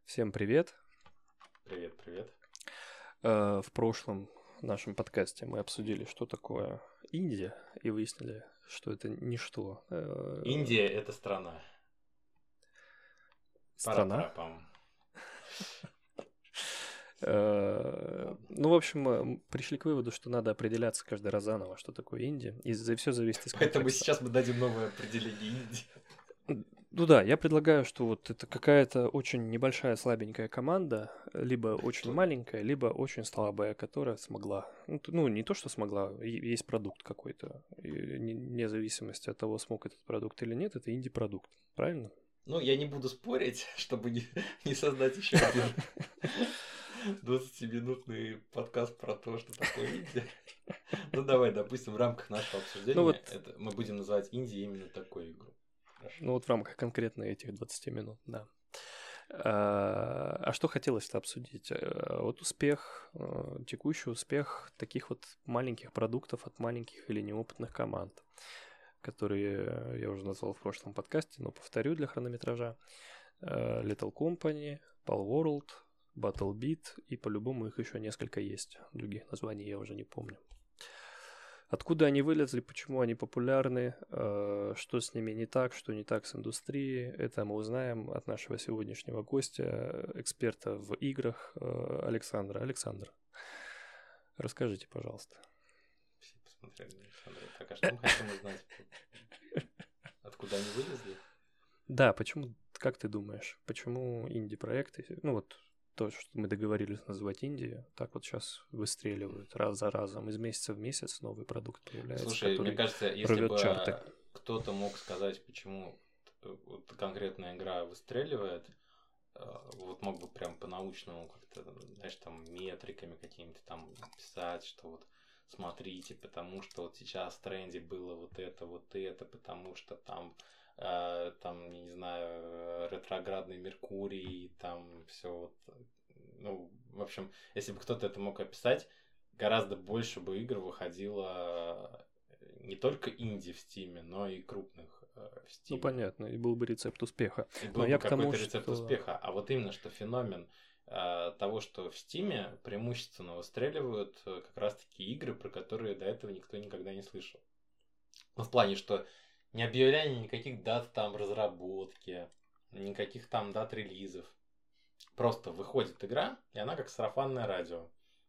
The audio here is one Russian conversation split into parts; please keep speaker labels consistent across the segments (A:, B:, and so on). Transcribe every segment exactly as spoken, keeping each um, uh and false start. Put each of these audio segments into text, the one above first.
A: Всем привет.
B: Привет, привет.
A: Э, В прошлом нашем подкасте мы обсудили, что такое Индия, и выяснили, что это ничто. Э,
B: Индия — это страна.
A: Страна.
B: Пара-парапам.
A: Э,
B: Ладно.
A: Ну, в общем, мы пришли к выводу, что надо определяться каждый раз заново, что такое Индия, и все зависит из
B: Поэтому
A: контекста.
B: сейчас мы дадим новое определение Индии.
A: Ну да, я предлагаю, что вот это какая-то очень небольшая слабенькая команда, либо очень
B: Кто?
A: маленькая, либо очень слабая, которая смогла. Ну, т- ну, не то, что смогла, е- есть продукт какой-то. И не- вне зависимости от того, смог этот продукт или нет, это инди-продукт. Правильно?
B: Ну, я не буду спорить, чтобы не, не создать еще один двадцатиминутный подкаст про то, что такое Индия. Ну, давай, допустим, в рамках нашего
A: Ну
B: обсуждения
A: вот,
B: это, мы будем называть Индией именно такую игру. Хорошо.
A: ну вот в рамках конкретно этих двадцати минут, да. А, а что хотелось-то обсудить? Э, Вот успех, э, текущий успех таких вот маленьких продуктов от маленьких или неопытных команд, которые я уже назвал в прошлом подкасте, но повторю для хронометража. Э, Little Company, Palworld, BattleBit и по-любому их еще несколько есть. Других названий я уже не помню. Откуда они вылезли, почему они популярны, э, что с ними не так, что не так с индустрией, это мы узнаем от нашего сегодняшнего гостя, эксперта в играх э, Александра. Александр, расскажите, пожалуйста.
B: Все посмотрели на Александра. Так, а что мы хотим узнать? Откуда они вылезли?
A: Да, почему, как ты думаешь, почему инди-проекты, ну вот то, что мы договорились называть Индией, так вот сейчас выстреливают раз за разом, из месяца в месяц новый продукт появляется,
B: Слушай, мне
A: который
B: кажется, если
A: рвет чарты.
B: бы кто-то мог сказать, почему вот конкретная игра выстреливает, э, вот мог бы прям по-научному как-то, знаешь, там метриками какими-то там писать, что вот смотрите, потому что вот сейчас в тренде было вот это, вот это, потому что там, э, там, я не знаю, ретроградный Меркурий, там все вот, ну, в общем, если бы кто-то это мог описать, гораздо больше бы игр выходило не только инди в Стиме, но и крупных э, в
A: Ну,
B: Стиме.
A: понятно, и был бы рецепт успеха.
B: И
A: Но
B: был
A: я
B: бы
A: к тому,
B: какой-то рецепт
A: что...
B: успеха. А вот именно, что феномен э, того, что в Стиме преимущественно выстреливают э, как раз-таки игры, про которые до этого никто никогда не слышал. Ну, в плане, что не объявляли никаких дат там разработки, никаких там дат релизов. Просто выходит игра, и она как сарафанное радио.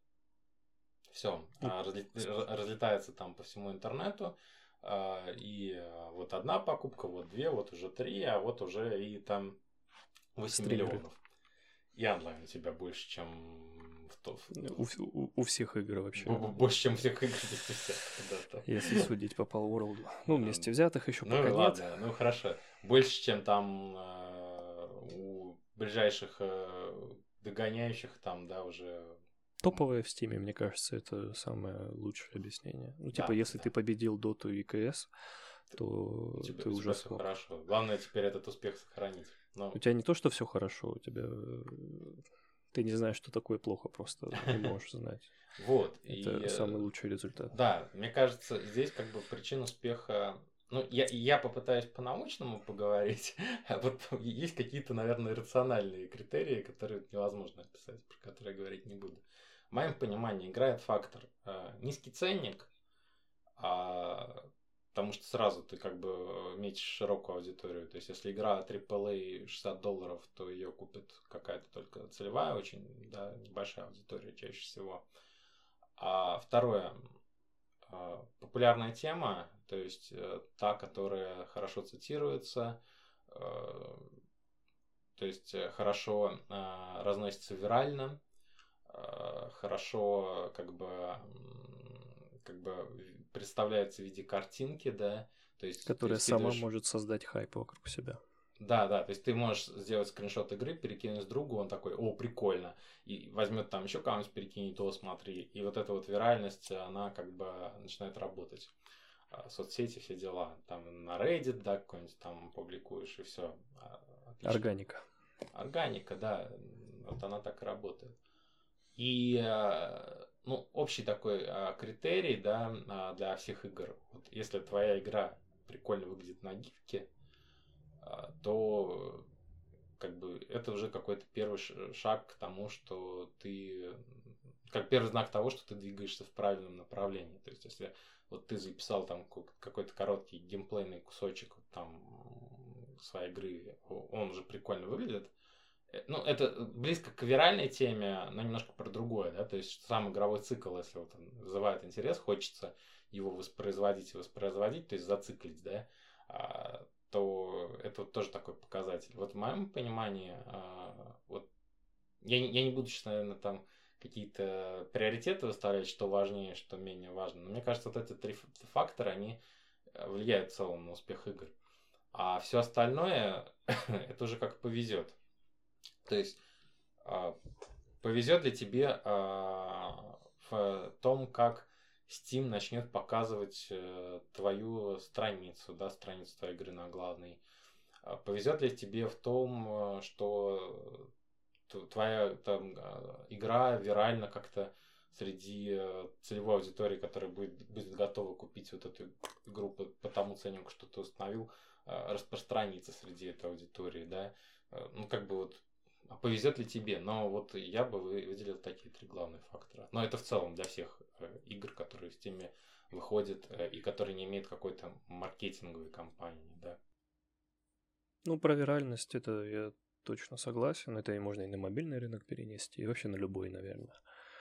B: Все,
A: ну,
B: разлетается там по всему интернету. а, И а, вот одна покупка, вот две, вот уже три, а вот уже и там восемь
A: стримеры.
B: миллионов. И онлайн у тебя больше, чем в то,
A: У, вс- у- у всех игр вообще.
B: б- б- больше, чем всех игр вместе взятых, да, там.
A: Если судить по Palworld. Ну, вместе
B: Эм,
A: взятых еще
B: Ну
A: пока
B: и
A: нет.
B: ладно, ну хорошо. Больше, чем там э, у ближайших э, догоняющих там, да, уже.
A: Топовые в Стиме, мне кажется, это самое лучшее объяснение. Ну, типа,
B: Да,
A: если
B: да.
A: ты победил Доту и КС, то
B: У тебя,
A: ты
B: у
A: уже
B: тебя все
A: смог.
B: хорошо. Главное теперь этот успех сохранить. Но
A: У тебя не то, что все хорошо, у тебя... э, Ты не знаешь, что такое плохо, просто не можешь знать.
B: вот.
A: Это
B: И
A: самый
B: э,
A: лучший результат.
B: да, мне кажется, здесь как бы причин успеха. Ну, я, я попытаюсь по-научному поговорить, а вот есть какие-то, наверное, рациональные критерии, которые невозможно описать, про которые я говорить не буду. В моем понимании играет фактор э, низкий ценник, а, потому что сразу ты как бы метишь широкую аудиторию. То есть, если игра трипл эй шестьдесят долларов, то ее купит какая-то только целевая, очень да, небольшая аудитория чаще всего. А второе, а, популярная тема, то есть э, та, которая хорошо цитируется, э, то есть э, хорошо э, разносится вирально, э, хорошо как бы, м, как бы представляется в виде картинки, да, то есть ты
A: Которая сама
B: скидываешь.
A: может создать хайп вокруг себя.
B: Да, да, то есть ты можешь сделать скриншот игры, перекинуть другу, он такой, о, прикольно, и возьмет там еще кого-нибудь, перекинет, о, смотри, и вот эта вот виральность, она как бы начинает работать. А, соцсети, все дела, там на Reddit, да, какой-нибудь там публикуешь, и все, отлично.
A: Органика.
B: Органика, да, вот она так и работает. И, э, ну, общий такой э, критерий, да, э, для всех игр, вот если твоя игра прикольно выглядит на гифке, э, то как бы это уже какой-то первый шаг к тому, что ты, как первый знак того, что ты двигаешься в правильном направлении. То есть, если вот ты записал там какой-то короткий геймплейный кусочек вот там своей игры, он уже прикольно выглядит. Ну, это близко к виральной теме, но немножко про другое, да, то есть сам игровой цикл, если вот он вызывает интерес, хочется его воспроизводить и воспроизводить, то есть зациклить, да, то это вот тоже такой показатель. Вот в моем понимании, вот я, я не буду сейчас, наверное, там какие-то приоритеты выставлять, что важнее, что менее важно, но мне кажется, вот эти три фактора, они влияют в целом на успех игр. А все остальное, это уже как повезет. То есть повезет ли тебе в том, как Steam начнет показывать твою страницу, да, страницу твоей игры на главной. Повезет ли тебе в том, что твоя там, игра вирально как-то среди целевой аудитории, которая будет, будет готова купить вот эту игру по, по тому ценнику, что ты установил, распространится среди этой аудитории, да. Ну, как бы вот, а повезет ли тебе? Но вот я бы выделил такие три главных фактора. Но это в целом для всех игр, которые в Steam выходят и которые не имеют какой-то маркетинговой кампании, да.
A: Ну, про виральность это я точно согласен. Это и можно и на мобильный рынок перенести, и вообще на любой, наверное.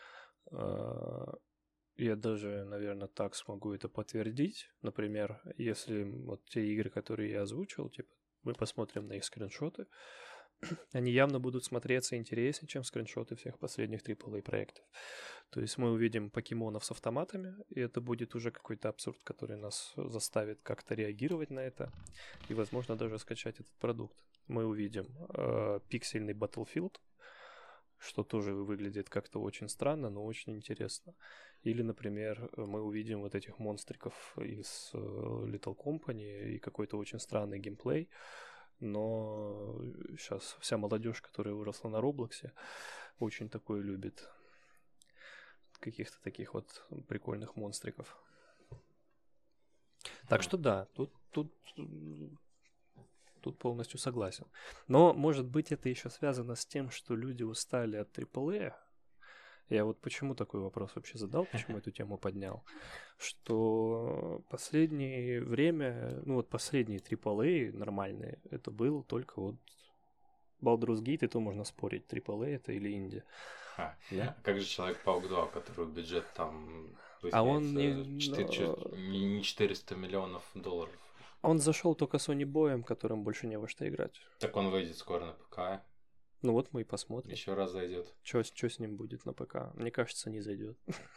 A: Я даже, наверное, так смогу это подтвердить. Например, если вот те игры, которые я озвучил, типа, мы посмотрим на их скриншоты, они явно будут смотреться интереснее, чем скриншоты всех последних трипл эй проектов. То есть мы увидим покемонов с автоматами, и это будет уже какой-то абсурд, который нас заставит как-то реагировать на это и, возможно, даже скачать этот продукт. Мы увидим э, пиксельный Battlefield, что тоже выглядит как-то очень странно, но очень интересно. Или, например, мы увидим вот этих монстриков из э, Little Company и какой-то очень странный геймплей. Но сейчас вся молодежь, которая выросла на Роблоксе, очень такое любит. Каких-то таких вот прикольных монстриков. Так что да, тут, тут, тут полностью согласен. Но, может быть, это еще связано с тем, что люди устали от трипл эй. Я вот почему такой вопрос вообще задал, почему эту тему поднял, что последнее время, ну вот последние трипл эй нормальные, это был только вот Baldur's Gate, и то можно спорить, трипл эй это или инди.
B: А, да? А как же Человек-паук два, у которого бюджет там
A: а он не,
B: четыре, не четыреста миллионов долларов?
A: Он зашел только Sony боем, которым больше не во что играть.
B: Так он выйдет скоро на ПК.
A: Ну вот мы и посмотрим.
B: Еще раз зайдет.
A: Что с ним будет на ПК? Мне кажется, не зайдет.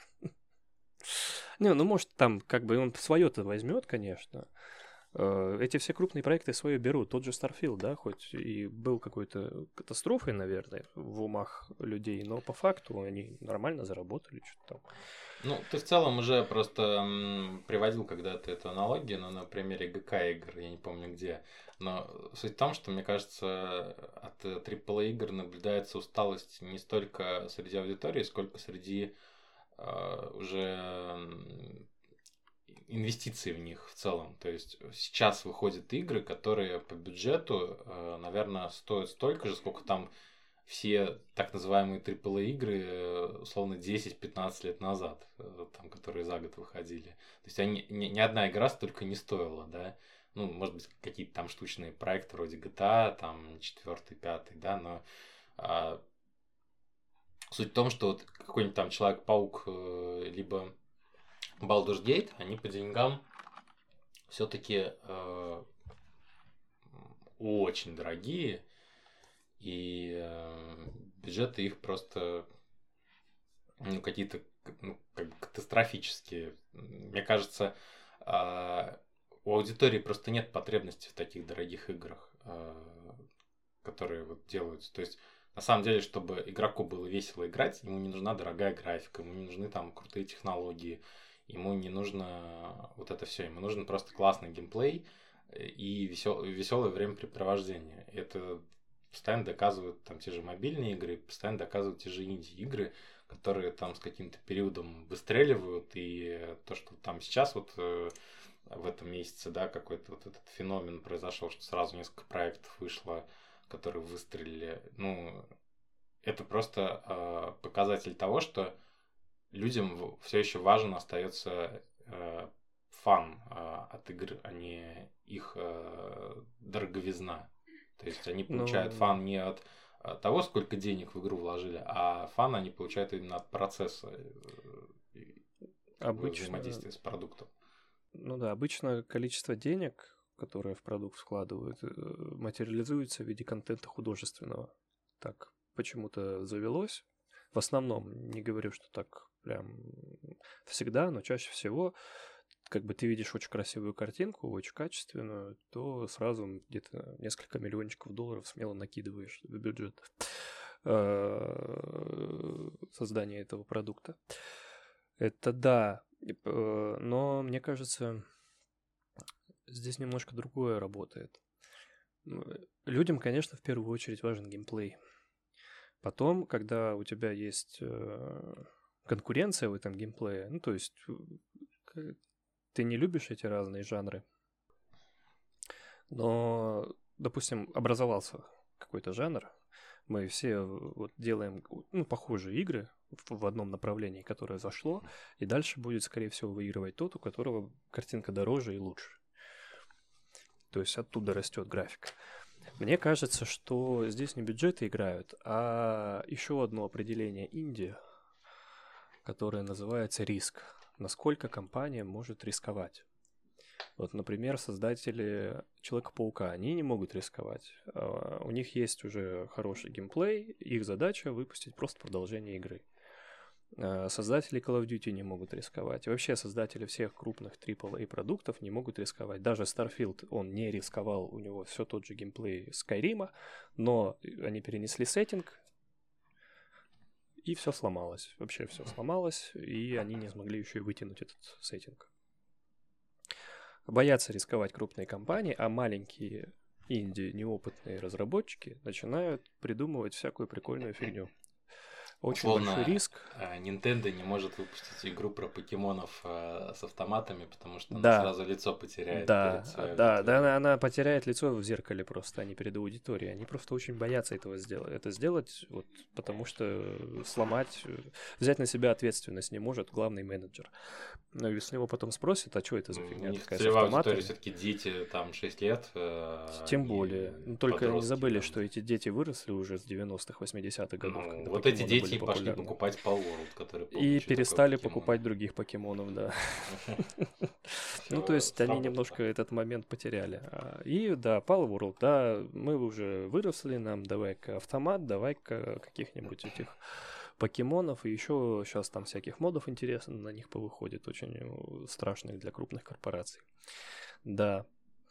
A: Не, ну может там как бы он свое-то возьмет, конечно. Эти все крупные проекты свое берут. Тот же Starfield, да, хоть и был какой-то катастрофой, наверное, в умах людей, но по факту они нормально заработали что-то там.
B: Ну, ты в целом уже просто м, приводил когда-то эту аналогию, но на примере ГК игр, я не помню где. Но суть в том, что, мне кажется, от трипл эй игр наблюдается усталость не столько среди аудитории, сколько среди э, уже инвестиций в них в целом. То есть сейчас выходят игры, которые по бюджету, э, наверное, стоят столько же, сколько там все так называемые трипл эй игры, условно, десять-пятнадцать лет назад, там, которые за год выходили. То есть они, ни, ни одна игра столько не стоила, да. Ну, может быть, какие-то там штучные проекты вроде джи ти эй, там, четвертый, пятый, да, но а, суть в том, что вот какой-нибудь там Человек-паук, либо Baldur's Gate, они по деньгам все-таки э, очень дорогие, и э, бюджеты их просто ну, какие-то ну, как бы катастрофические. Мне кажется, э, у аудитории просто нет потребности в таких дорогих играх, э, которые вот делаются. То есть, на самом деле, чтобы игроку было весело играть, ему не нужна дорогая графика, ему не нужны там крутые технологии, ему не нужно вот это все, ему нужен просто классный геймплей и весел, веселое времяпрепровождение. Это постоянно доказывают там те же мобильные игры, постоянно доказывают те же инди-игры, которые там с каким-то периодом выстреливают, и то, что там сейчас вот э, в этом месяце, да, какой-то вот этот феномен произошел, что сразу несколько проектов вышло, которые выстрелили, ну, это просто э, показатель того, что людям все еще важен остается э, фан э, от игр, а не их э, дороговизна. То есть они получают
A: Ну,
B: фан не от того, сколько денег в игру вложили, а фан они получают именно от процесса э, как бы,
A: обычно,
B: взаимодействия с продуктом.
A: ну да, обычно количество денег, которое в продукт вкладывают, э, материализуется в виде контента художественного. Так почему-то завелось. В основном, не говорю, что так прям всегда, но чаще всего, как бы ты видишь очень красивую картинку, очень качественную, то сразу где-то несколько миллиончиков долларов смело накидываешь в бюджет э, создания этого продукта. Это да, и, э, но мне кажется, здесь немножко другое работает. Ну, э, Людям, конечно, в первую очередь важен геймплей. Потом, когда у тебя есть э, конкуренция в этом геймплее, ну, то есть э, к- ты не любишь эти разные жанры, но, допустим, образовался какой-то жанр, мы все вот делаем, ну, похожие игры в, в одном направлении, которое зашло, и дальше будет, скорее всего, выигрывать тот, у которого картинка дороже и лучше. То есть оттуда растет графика. Мне кажется, что здесь не бюджеты играют, а еще одно определение инди, которое называется риск. Насколько компания может рисковать. Вот, например, создатели Человека-паука, они не могут рисковать. А, У них есть уже хороший геймплей, их задача выпустить просто продолжение игры. А, Создатели Call of Duty не могут рисковать. И вообще создатели всех крупных трипл эй продуктов не могут рисковать. Даже Starfield, он не рисковал, у него все тот же геймплей Skyrim, но они перенесли сеттинг, и все сломалось. Вообще все сломалось, и они не смогли еще и вытянуть этот сеттинг. Боятся рисковать крупные компании, а маленькие инди, неопытные разработчики начинают придумывать всякую прикольную фигню. Очень
B: Условно,
A: большой риск.
B: Nintendo не может выпустить игру про покемонов э, с автоматами, потому что
A: Да.
B: она сразу лицо потеряет
A: Да,
B: перед своей
A: да,
B: аудиторией.
A: да, она, она потеряет лицо в зеркале просто, а не перед аудиторией. Они просто очень боятся этого сделать. Это сделать, вот, потому что сломать, э, взять на себя ответственность не может главный менеджер. Но если его потом спросят, а что это за фигня
B: У них
A: такая с
B: целевая аудитория
A: автоматами?
B: все-таки дети там шесть лет. э,
A: Тем
B: они
A: более. Ну, только не
B: подростки,
A: забыли,
B: там.
A: что эти дети выросли уже с девяностых, восьмидесятых годов,
B: Ну,
A: когда
B: вот эти
A: покемоны
B: дети
A: были
B: и пошли
A: популярны.
B: покупать Palworld, который помнит,
A: И
B: что такое
A: перестали
B: покемоны.
A: покупать других покемонов, да. Ну,
B: Всё
A: то есть они
B: сработало.
A: немножко этот момент потеряли. А, И да, Palworld, да, мы уже выросли, нам давай-ка автомат, давай-ка каких-нибудь этих покемонов, и еще сейчас там всяких модов интересно на них повыходит, очень э, страшных для крупных корпораций. Да.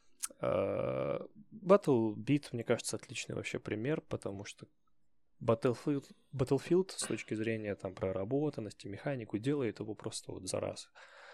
A: А, Battlebeat, мне кажется, отличный вообще пример, потому что Battlefield, Battlefield с точки зрения там проработанности, механику делает его просто вот за раз.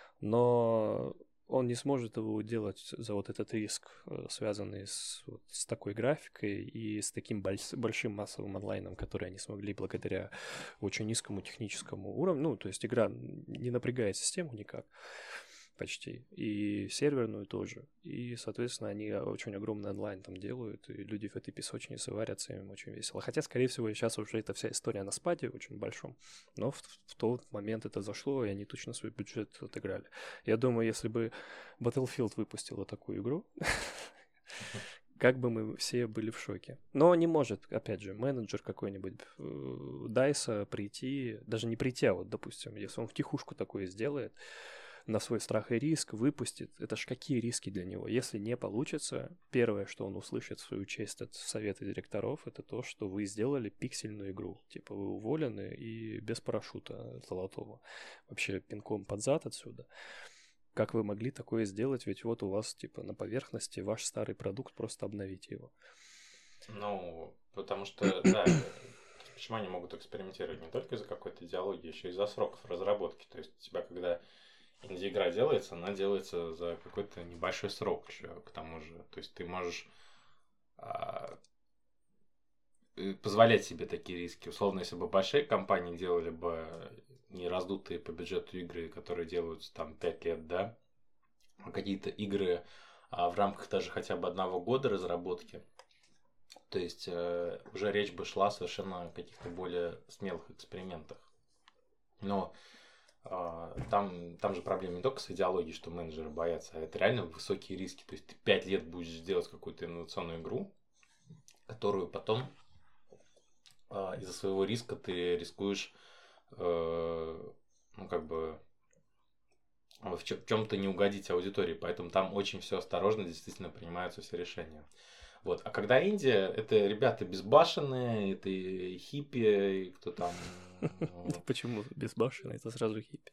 A: Но он не сможет его делать за вот этот риск, э, связанный с, вот, с такой графикой и с таким больш- большим массовым онлайном, который они смогли благодаря очень низкому техническому уровню. Ну, то есть игра не напрягает систему никак почти, и серверную тоже. И, соответственно, они очень огромный онлайн там делают, и люди в этой песочнице варятся, им очень весело. Хотя, скорее всего, сейчас уже эта вся история на спаде очень большом, но в, в тот момент это зашло, и они точно свой бюджет отыграли. Я думаю, если бы Battlefield выпустила такую игру, как бы мы все были в шоке. Но не может, опять же, менеджер какой-нибудь Дайса прийти, даже не прийти, а вот, допустим, если он втихушку такое сделает, на свой страх и риск выпустит. Это ж какие риски для него? Если не получится, первое, что он услышит в свою честь от совета директоров, это то, что вы сделали пиксельную игру. Типа вы уволены и без парашюта золотого. Вообще пинком под зад отсюда. Как вы могли такое сделать? Ведь вот у вас типа на поверхности ваш старый продукт, просто обновите его.
B: Ну, потому что, да, почему они могут экспериментировать не только из-за какой-то идеологии, еще и из-за сроков разработки. То есть у тебя, когда инди-игра делается, она делается за какой-то небольшой срок еще, к тому же. То есть ты можешь а, позволять себе такие риски. Условно, если бы большие компании делали бы не раздутые по бюджету игры, которые делаются там пять лет, да, а какие-то игры а, в рамках даже хотя бы одного года разработки, То есть э, уже речь бы шла совершенно о каких-то более смелых экспериментах. Но э, там, там же проблема не только с идеологией, что менеджеры боятся, а это реально высокие риски. То есть ты пять лет будешь делать какую-то инновационную игру, которую потом э, из-за своего риска ты рискуешь, э, ну как бы в чем-то не угодить аудитории, поэтому там очень все осторожно, действительно принимаются все решения. Вот. А когда Индия, это ребята безбашенные, это и хиппи, и кто там...
A: Почему безбашенные? Это сразу хиппи.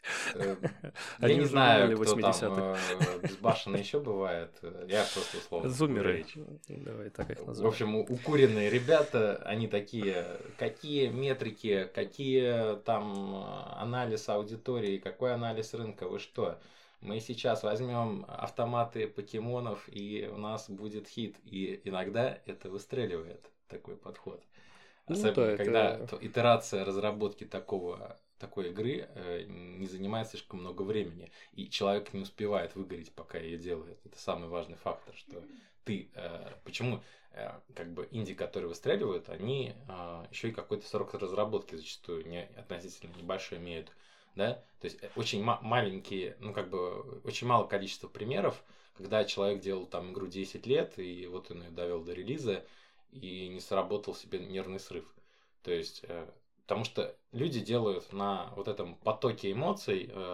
B: Я не знаю, кто там безбашенный еще бывает. Я просто условно...
A: Зумеры. Давай так их назовем.
B: В общем, укуренные ребята, они такие, какие метрики, какие там анализ аудитории, какой анализ рынка, вы что? Мы сейчас возьмем автоматы покемонов, и у нас будет хит. И иногда это выстреливает, такой подход. Особенно, ну, да, когда это... итерация разработки такого, такой игры э, не занимает слишком много времени. И человек не успевает выгореть, пока ее делает. Это самый важный фактор, что ты... Э, почему э, как бы инди, которые выстреливают, они э, еще и какой-то срок разработки зачастую не, относительно небольшой имеют. Да? То есть очень ма- маленькие, ну как бы очень мало количества примеров, когда человек делал там игру десять лет, и вот он ее довел до релиза, и не сработал себе нервный срыв. То есть, э, потому что люди делают на вот этом потоке эмоций, э,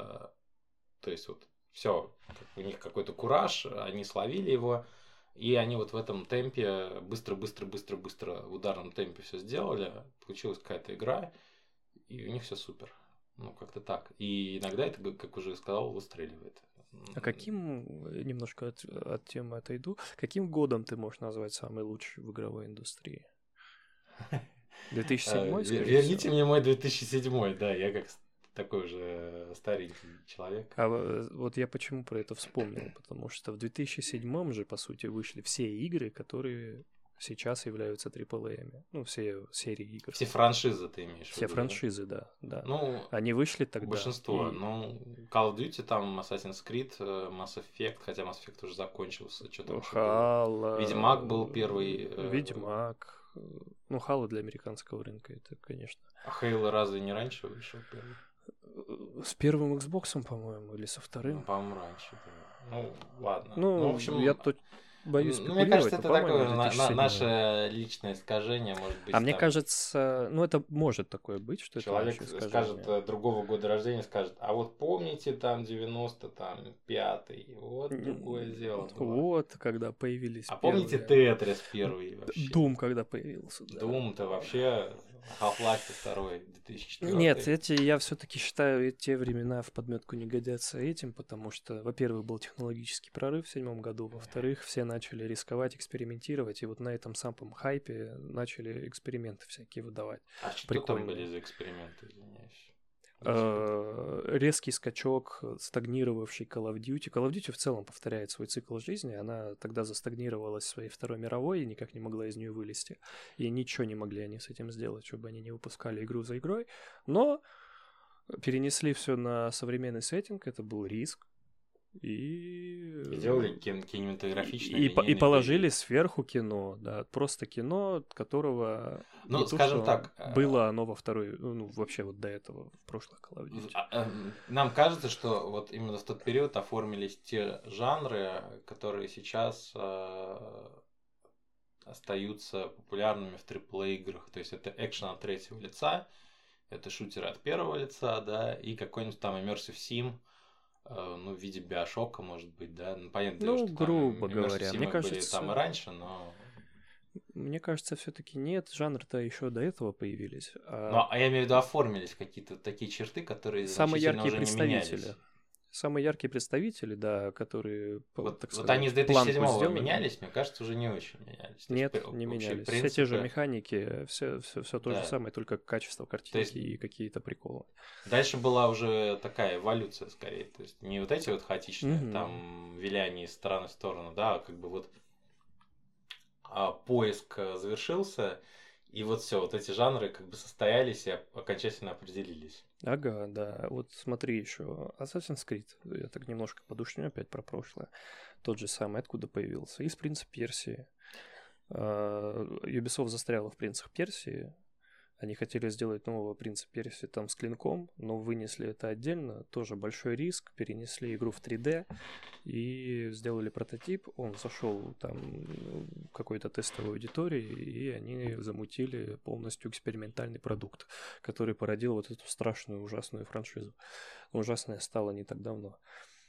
B: то есть вот все, у них какой-то кураж, они словили его, и они вот в этом темпе быстро-быстро-быстро-быстро в ударном темпе все сделали, получилась какая-то игра, и у них все супер. Ну, как-то так. И иногда это, как уже сказал, выстреливает.
A: А каким, немножко от, от темы отойду, каким годом ты можешь назвать самый лучший в игровой индустрии? две тысячи седьмой, скорее всего?
B: Верните мне мой две тысячи седьмой, да, я как такой уже старенький человек.
A: А вот я почему про это вспомнил, потому что в две тысячи седьмом же, по сути, вышли все игры, которые... сейчас являются триплеями. Ну, все серии игр.
B: Все франшизы ты имеешь
A: Все
B: в виду?
A: Все франшизы, да, да.
B: Ну,
A: они вышли тогда.
B: Большинство. И... Ну, Call of Duty, там Assassin's Creed, Mass Effect, хотя Mass Effect уже закончился. Что там
A: Halo...
B: Ведьмак был первый.
A: Ведьмак. Ну, Halo для американского рынка, это, конечно.
B: А Halo разве не раньше вышел первый?
A: С первым Xbox, по-моему, или со вторым?
B: Ну, по-моему, раньше, да. Ну, ладно.
A: Ну, ну в общем... я тут боюсь
B: спекулировать. Ну, мне кажется, это такое на, на, наше личное искажение, может быть.
A: А там... мне кажется, ну, это может такое быть, что
B: человек
A: это
B: скажет другого года рождения, скажет, а вот помните там девяносто пятый, вот другое дело было.
A: Вот, когда появились
B: А первые... помните Тетрис первый вообще?
A: Doom, когда появился, да.
B: Doom-то вообще... Half-Life второй, две тысячи четвёртый.
A: Нет, эти, я все-таки считаю, те времена в подметку не годятся этим, потому что, во-первых, был технологический прорыв в седьмом году, во-вторых, все начали рисковать, экспериментировать, и вот на этом самом хайпе начали эксперименты всякие выдавать.
B: А что Прикольные. Там были за эксперименты, извиняюсь?
A: Резкий скачок, стагнировавший Call of Duty. Call of Duty в целом повторяет свой цикл жизни. Она тогда застагнировалась в своей Второй мировой и никак не могла из нее вылезти. И ничего не могли они с этим сделать, чтобы они не выпускали игру за игрой. Но перенесли все на современный сеттинг. Это был риск. И...
B: и делали кин- кинематографичное
A: и, и, и положили сверху кино, да, просто кино, которого
B: ну, скажем так,
A: было оно во второй, ну, вообще вот до этого, в прошлых Call of Duty.
B: Нам кажется, что вот именно в тот период оформились те жанры, которые сейчас э, остаются популярными в триплей-играх, то есть это экшен от третьего лица, это шутеры от первого лица, да, и какой-нибудь там immersive sim, ну, в виде Биошока, может быть, да. Ну, понятно,
A: ну,
B: что
A: грубо
B: там
A: говоря, мне кажется,
B: были там и раньше, но...
A: Мне кажется, все-таки нет, жанры-то еще до этого появились.
B: А... Ну, а я имею в виду, оформились какие-то такие черты, которые
A: самые яркие
B: уже
A: представители.
B: Не менялись.
A: Самые яркие представители, да, которые,
B: вот,
A: так
B: вот
A: сказать,
B: они с две тысячи седьмого менялись, мне кажется, уже не очень менялись.
A: Нет, есть, не менялись. Принципы... Все те же механики, все, все, все то да. же самое, только качество картинки есть... и какие-то приколы.
B: Дальше была уже такая эволюция, скорее. То есть не вот эти вот хаотичные mm-hmm. там виляния из стороны в сторону, да, а как бы вот а, поиск завершился, и вот все, вот эти жанры как бы состоялись и окончательно определились.
A: Ага, да. Вот смотри еще. Assassin's Creed. Я так немножко подушню опять про прошлое. Тот же самый, откуда появился. Из «Принца Персии». Ubisoft застряла в «Принцах Персии». Они хотели сделать нового «Принца Персии» там с клинком, но вынесли это отдельно. Тоже большой риск. Перенесли игру в три дэ и сделали прототип. Он зашел там в какой-то тестовой аудитории, и они замутили полностью экспериментальный продукт, который породил вот эту страшную, ужасную франшизу. Ужасная стала не так давно.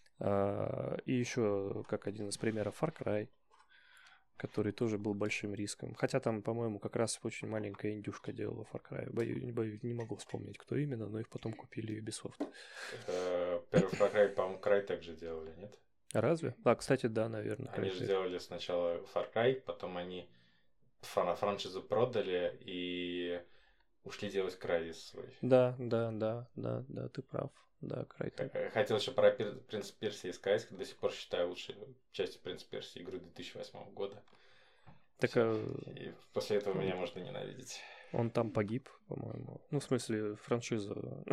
A: И еще, как один из примеров, Far Cry, который тоже был большим риском. Хотя там, по-моему, как раз очень маленькая индюшка делала Far Cry. Бою, не, бою, не могу вспомнить, кто именно, но их потом купили Ubisoft.
B: Это первый Far Cry, по-моему, Crytek же делали, нет?
A: Разве? Да, кстати, да, наверное.
B: Они
A: Crytek.
B: же делали сначала Far Cry, потом они фран- франшизу продали и ушли делать Crysis свой.
A: Да, да, да, да, да, ты прав. Да, Crytek.
B: Хотел еще про «Принца Персии» сказать, до сих пор считаю лучшей частью «Принца Персии» игру две тысячи восьмого года.
A: Так,
B: а... И после этого меня можно ненавидеть.
A: Он там погиб, по-моему. Ну, в смысле, франшиза.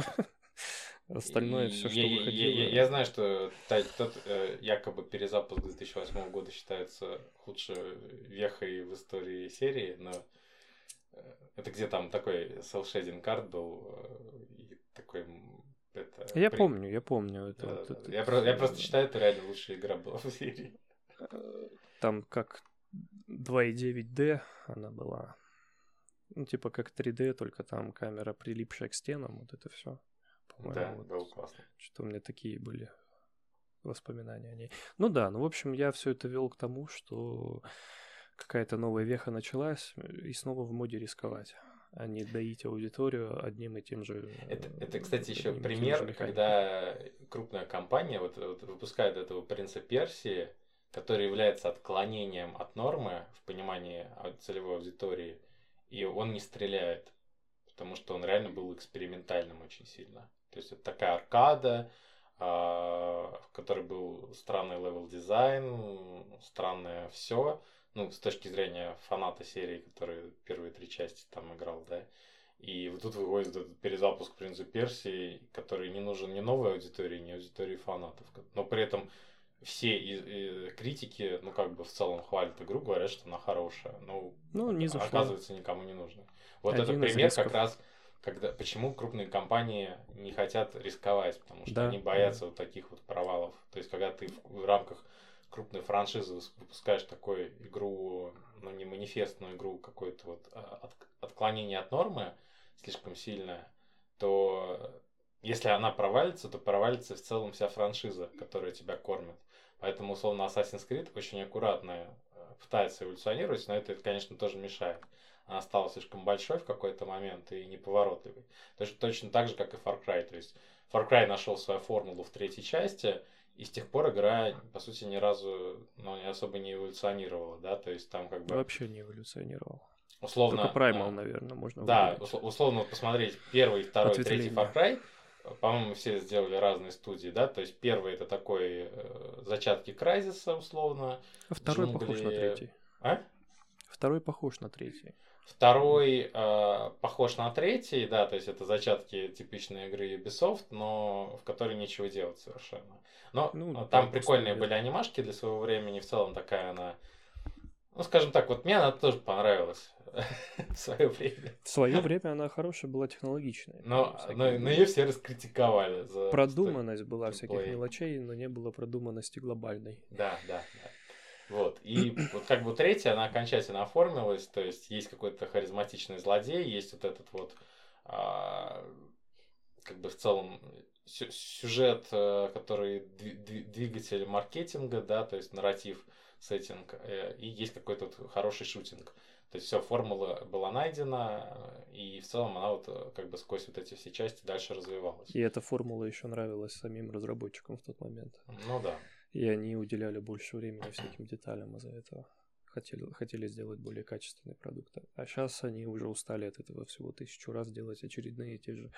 A: Остальное все, что выходило.
B: Я, я, я знаю, что тот э, якобы перезапуск две тысячи восьмого года считается худшей вехой в истории серии, но это где там такой селшейдинг карт был, и такой... Это,
A: я
B: при...
A: помню, я помню. Это,
B: да,
A: вот,
B: да,
A: это,
B: я,
A: это,
B: про... я просто считаю, это реально лучшая игра была в серии.
A: Там как два и девять дэ она была. Ну, типа как три дэ, только там камера прилипшая к стенам, вот это все.
B: Да,
A: вот,
B: было классно.
A: Что у меня такие были воспоминания о ней. Ну да, ну в общем, я все это вел к тому, что какая-то новая веха началась, и снова в моде рисковать, а не доить аудиторию одним и тем же...
B: Это, это кстати, еще пример, когда крупная компания вот, вот выпускает этого «Принца Персии», который является отклонением от нормы в понимании целевой аудитории, и он не стреляет, потому что он реально был экспериментальным очень сильно. То есть это такая аркада, в которой был странный левел-дизайн, странное все. Ну, с точки зрения фаната серии, который первые три части там играл, да. И вот тут выходит этот перезапуск «Принца Персии», который не нужен ни новой аудитории, ни аудитории фанатов. Но при этом все и, и критики, ну, как бы в целом хвалят игру, говорят, что она хорошая. Ну,
A: ну не
B: оказывается, никому не нужно. Вот
A: Один
B: это пример как раз, когда, почему крупные компании не хотят рисковать, потому что
A: да,
B: они боятся
A: да.
B: вот таких вот провалов. То есть, когда ты в, в рамках крупной франшизы выпускаешь такую игру, ну, не манифест, но игру какое-то вот от, отклонение от нормы слишком сильное, то если она провалится, то провалится в целом вся франшиза, которая тебя кормит. Поэтому, условно, Assassin's Creed очень аккуратно пытается эволюционировать, но это, это, конечно, тоже мешает. Она стала слишком большой в какой-то момент и неповоротливой. Точно, точно так же, как и Far Cry. То есть Far Cry нашел свою формулу в третьей части, и с тех пор игра, по сути, ни разу, ну, не особо не эволюционировала, да, то есть там как бы...
A: Вообще не эволюционировал.
B: Условно...
A: Только Primal, а, наверное, можно
B: Да, выделить. Условно посмотреть первый, второй, третий Far Cry. По-моему, все сделали разные студии, да, то есть первый это такой э, зачатки Crysis, условно.
A: А второй
B: джунгли...
A: похож на третий.
B: А?
A: Второй похож на третий.
B: Второй э, похож на третий, да, то есть это зачатки типичной игры Ubisoft, но в которой нечего делать совершенно. Но ну, там прикольные были анимашки для своего времени, в целом такая она, ну, скажем так, вот мне она тоже понравилась в свое время.
A: В свое время она хорошая была, технологичная.
B: Но, но, но ее все раскритиковали. За
A: продуманность была всяких мелочей, но не было продуманности глобальной.
B: Да, да, да. Вот. И вот как бы третья, она окончательно оформилась, то есть есть какой-то харизматичный злодей, есть вот этот вот а, как бы в целом сюжет, который двигатель маркетинга, да, то есть нарратив, сеттинг, и есть какой-то вот хороший шутинг. То есть все, формула была найдена, и в целом она вот как бы сквозь вот эти все части дальше развивалась.
A: И эта формула еще нравилась самим разработчикам в тот момент.
B: Ну да.
A: И они уделяли больше времени всяким деталям из-за этого. Хотели, хотели сделать более качественный продукт. А сейчас они уже устали от этого всего тысячу раз делать очередные те же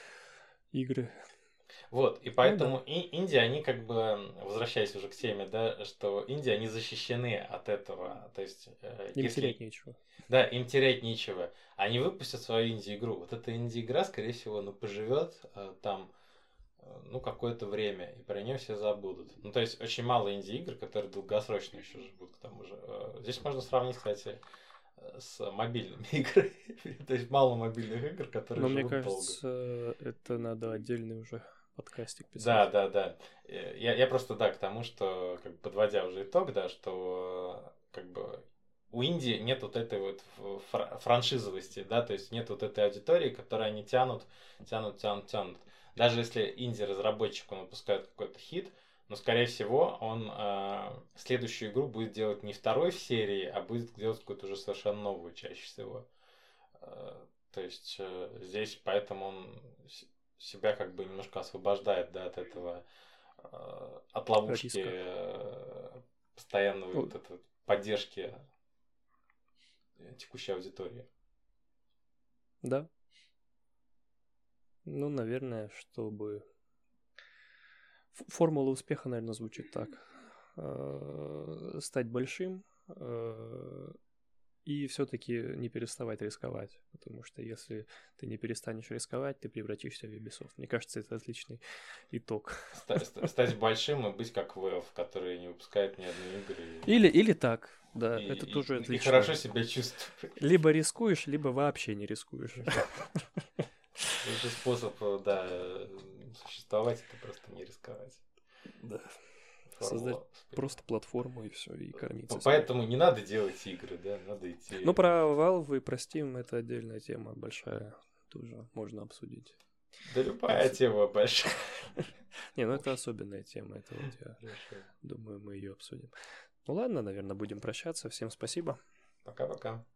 A: игры.
B: Вот, и поэтому ну, да. и Индия, они как бы, возвращаясь уже к теме, да, что Индия, они защищены от этого, то есть...
A: Э, им если... терять нечего.
B: Да, им терять нечего. Они выпустят свою инди-игру. Вот эта инди-игра, скорее всего, ну, поживет э, там ну, какое-то время, и про нее все забудут. Ну, то есть, очень мало инди-игр, которые долгосрочно еще живут, к тому же. Здесь можно сравнить, кстати, с мобильными играми. То есть, мало мобильных игр, которые
A: Но мне
B: живут долго.
A: кажется, это надо отдельный уже подкастик писать.
B: Да, да, да. Я, я просто, да, к тому, что, как бы, подводя уже итог, да, что, как бы, у инди нет вот этой вот франшизовости, да, то есть нет вот этой аудитории, которую они тянут, тянут, тянут, тянут. Даже если инди-разработчик, он выпускает какой-то хит, но, скорее всего, он э, следующую игру будет делать не второй в серии, а будет делать какую-то уже совершенно новую чаще всего. Э, то есть э, здесь поэтому он себя как бы немножко освобождает, да, от этого, э, от ловушки э, постоянной вот этой поддержки текущей аудитории.
A: Да. Ну, наверное, чтобы... Формула успеха, наверное, звучит так. Стать большим и все-таки не переставать рисковать. Потому что если ты не перестанешь рисковать, ты превратишься в Ubisoft. Мне кажется, это отличный итог.
B: Стать большим и быть как Valve, который не выпускает ни одной игры.
A: Или, или так, да.
B: И,
A: это
B: и,
A: тоже
B: и,
A: отлично.
B: И хорошо себя чувствуешь.
A: Либо рискуешь, либо вообще не рискуешь.
B: Лучший способ, да, существовать, это просто не рисковать.
A: Да. Создать просто платформу и все, и кормиться.
B: Поэтому не надо делать игры, да, надо идти...
A: Ну, про Valve и про Steam это отдельная тема, большая, тоже можно обсудить.
B: Да любая тема большая.
A: Не, ну это особенная тема, это вот я думаю, мы ее обсудим. Ну ладно, наверное, будем прощаться. Всем спасибо.
B: Пока-пока.